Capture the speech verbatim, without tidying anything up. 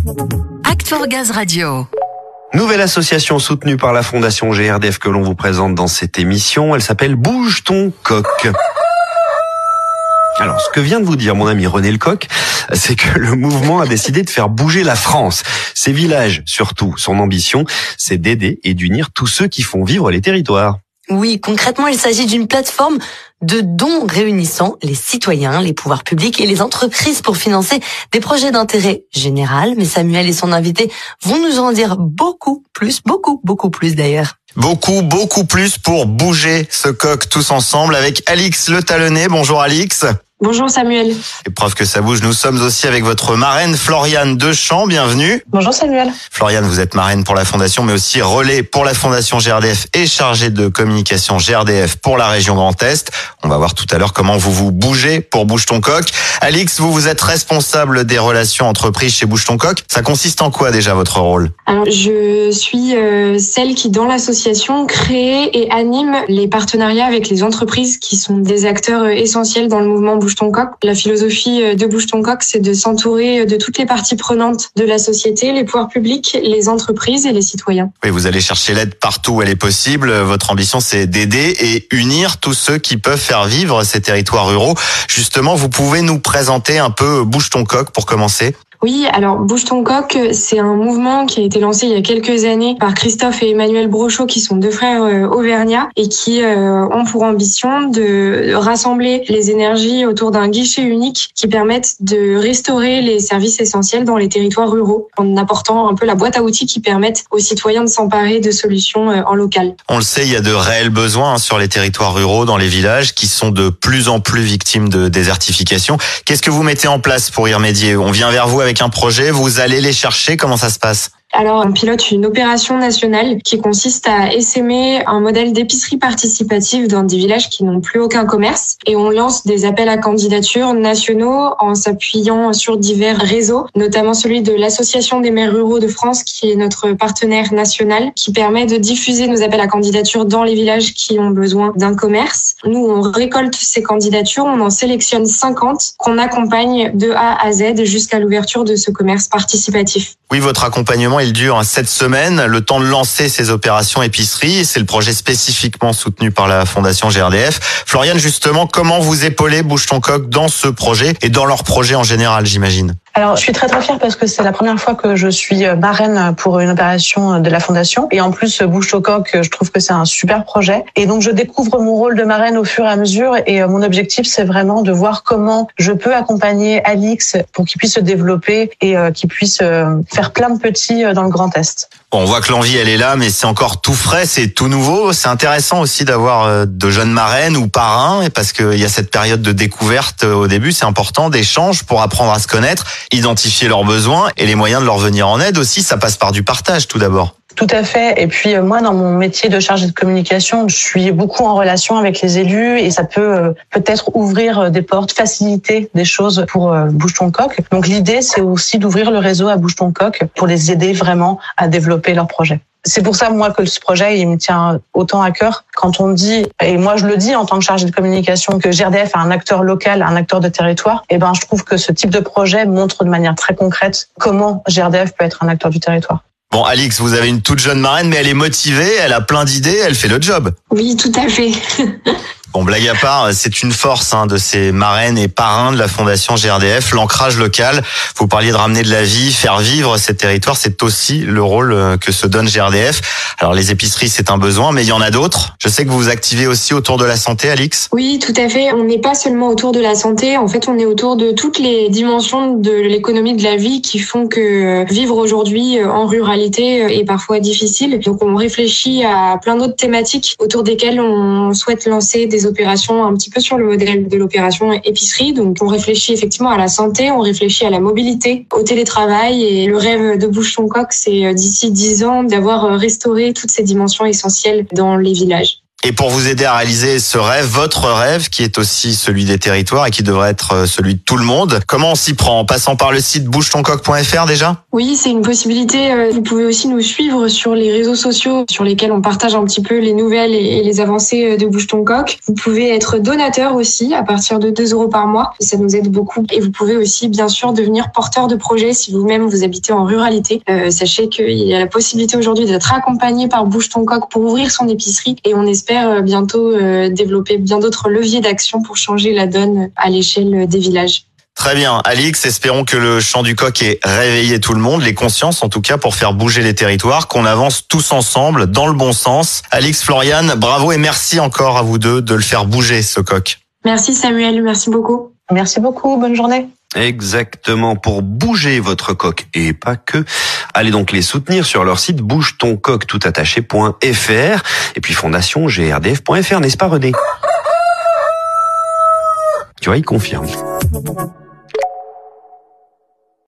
Act for Gaz Radio. Nouvelle association soutenue par la Fondation G R D F que l'on vous présente dans cette émission. Elle s'appelle Bouge ton coq. Alors, ce que vient de vous dire mon ami René Lecoq, c'est que le mouvement a décidé de faire bouger la France. Ses villages, surtout. Son ambition, c'est d'aider et d'unir tous ceux qui font vivre les territoires. Oui, concrètement, il s'agit d'une plateforme de dons réunissant les citoyens, les pouvoirs publics et les entreprises pour financer des projets d'intérêt général. Mais Samuel et son invité vont nous en dire beaucoup plus, beaucoup, beaucoup plus d'ailleurs. Beaucoup, beaucoup plus pour bouger ce coq tous ensemble avec Alix Le Talonnet. Bonjour Alix. Bonjour Samuel. Et preuve que ça bouge, nous sommes aussi avec votre marraine Floriane Deschamps. Bienvenue. Bonjour Samuel. Floriane, vous êtes marraine pour la Fondation, mais aussi relais pour la Fondation G R D F et chargée de communication G R D F pour la région Grand Est. On va voir tout à l'heure comment vous vous bougez pour Bouge ton coq. Alix, vous, vous êtes responsable des relations entreprises chez Bouge ton coq. Ça consiste en quoi déjà votre rôle ? Alors, je suis euh, celle qui, dans l'association, crée et anime les partenariats avec les entreprises qui sont des acteurs euh, essentiels dans le mouvement Bouge ton coq. La philosophie de Bouge ton coq, c'est de s'entourer de toutes les parties prenantes de la société, les pouvoirs publics, les entreprises et les citoyens. Oui, vous allez chercher l'aide partout où elle est possible. Votre ambition, c'est d'aider et unir tous ceux qui peuvent faire vivre ces territoires ruraux. Justement, vous pouvez nous présenter un peu Bouge ton coq pour commencer ? Oui, alors Bouge ton coq, c'est un mouvement qui a été lancé il y a quelques années par Christophe et Emmanuel Brochot, qui sont deux frères euh, auvergnats et qui euh, ont pour ambition de rassembler les énergies autour d'un guichet unique qui permette de restaurer les services essentiels dans les territoires ruraux, en apportant un peu la boîte à outils qui permettent aux citoyens de s'emparer de solutions euh, en local. On le sait, il y a de réels besoins hein, sur les territoires ruraux, dans les villages, qui sont de plus en plus victimes de désertification. Qu'est-ce que vous mettez en place pour y remédier ? On vient vers vous avec un projet, vous allez les chercher, comment ça se passe ? Alors, on pilote une opération nationale qui consiste à essaimer un modèle d'épicerie participative dans des villages qui n'ont plus aucun commerce. Et on lance des appels à candidature nationaux en s'appuyant sur divers réseaux, notamment celui de l'Association des maires ruraux de France, qui est notre partenaire national, qui permet de diffuser nos appels à candidature dans les villages qui ont besoin d'un commerce. Nous, on récolte ces candidatures, on en sélectionne cinquante qu'on accompagne de A à Z jusqu'à l'ouverture de ce commerce participatif. Oui, votre accompagnement, il dure sept semaines, le temps de lancer ces opérations épicerie. C'est le projet spécifiquement soutenu par la Fondation G R D F. Floriane, justement, comment vous épaulez Bouge ton coq dans ce projet et dans leur projet en général, j'imagine ? Alors, je suis très très fière parce que c'est la première fois que je suis marraine pour une opération de la Fondation. Et en plus, Bouge ton coq, je trouve que c'est un super projet. Et donc, je découvre mon rôle de marraine au fur et à mesure. Et mon objectif, c'est vraiment de voir comment je peux accompagner Alix pour qu'il puisse se développer et qu'il puisse faire plein de petits dans le Grand Est. Bon, on voit que l'envie, elle est là, mais c'est encore tout frais, c'est tout nouveau. C'est intéressant aussi d'avoir de jeunes marraines ou parrains, parce qu'il y a cette période de découverte au début, c'est important, d'échange pour apprendre à se connaître, identifier leurs besoins et les moyens de leur venir en aide aussi. Ça passe par du partage tout d'abord. Tout à fait. Et puis moi, dans mon métier de chargée de communication, je suis beaucoup en relation avec les élus et ça peut euh, peut-être ouvrir des portes, faciliter des choses pour euh, Bouge ton coq. Donc l'idée, c'est aussi d'ouvrir le réseau à Bouge ton coq pour les aider vraiment à développer leur projet. C'est pour ça, moi, que ce projet, il me tient autant à cœur. Quand on dit, et moi je le dis en tant que chargée de communication, que G R D F est un acteur local, un acteur de territoire, eh ben, je trouve que ce type de projet montre de manière très concrète comment G R D F peut être un acteur du territoire. Bon, Alix, vous avez une toute jeune marraine, mais elle est motivée, elle a plein d'idées, elle fait le job. Oui, tout à fait. Bon, blague à part, c'est une force hein, de ces marraines et parrains de la Fondation G R D F, l'ancrage local. Vous parliez de ramener de la vie, faire vivre ces territoires, c'est aussi le rôle que se donne G R D F. Alors les épiceries, c'est un besoin, mais il y en a d'autres. Je sais que vous vous activez aussi autour de la santé, Alix. Oui, tout à fait. On n'est pas seulement autour de la santé, en fait, on est autour de toutes les dimensions de l'économie de la vie qui font que vivre aujourd'hui en ruralité est parfois difficile. Donc on réfléchit à plein d'autres thématiques autour desquelles on souhaite lancer des opérations un petit peu sur le modèle de l'opération épicerie. Donc on réfléchit effectivement à la santé, on réfléchit à la mobilité, au télétravail, et le rêve de Bouge ton coq, c'est d'ici dix ans d'avoir restauré toutes ces dimensions essentielles dans les villages. Et pour vous aider à réaliser ce rêve, votre rêve, qui est aussi celui des territoires et qui devrait être celui de tout le monde, comment on s'y prend? En passant par le site bouge ton coq point f r déjà? Oui, c'est une possibilité. Vous pouvez aussi nous suivre sur les réseaux sociaux sur lesquels on partage un petit peu les nouvelles et les avancées de Bouge ton coq. Vous pouvez être donateur aussi à partir de deux euros par mois. Ça nous aide beaucoup. Et vous pouvez aussi, bien sûr, devenir porteur de projet si vous-même vous habitez en ruralité. Euh, sachez qu'il y a la possibilité aujourd'hui d'être accompagné par Bouge ton coq pour ouvrir son épicerie et on espère bientôt euh, développer bien d'autres leviers d'action pour changer la donne à l'échelle des villages. Très bien, Alix, espérons que le chant du coq ait réveillé tout le monde, les consciences en tout cas, pour faire bouger les territoires, qu'on avance tous ensemble dans le bon sens. Alix, Floriane, bravo et merci encore à vous deux de le faire bouger, ce coq. Merci Samuel, merci beaucoup. Merci beaucoup, bonne journée. Exactement, pour bouger votre coq et pas que. Allez donc les soutenir sur leur site bouge ton coq tout attaché point f r et puis fondation g r d f point f r, n'est-ce pas René? Tu vois, il confirme.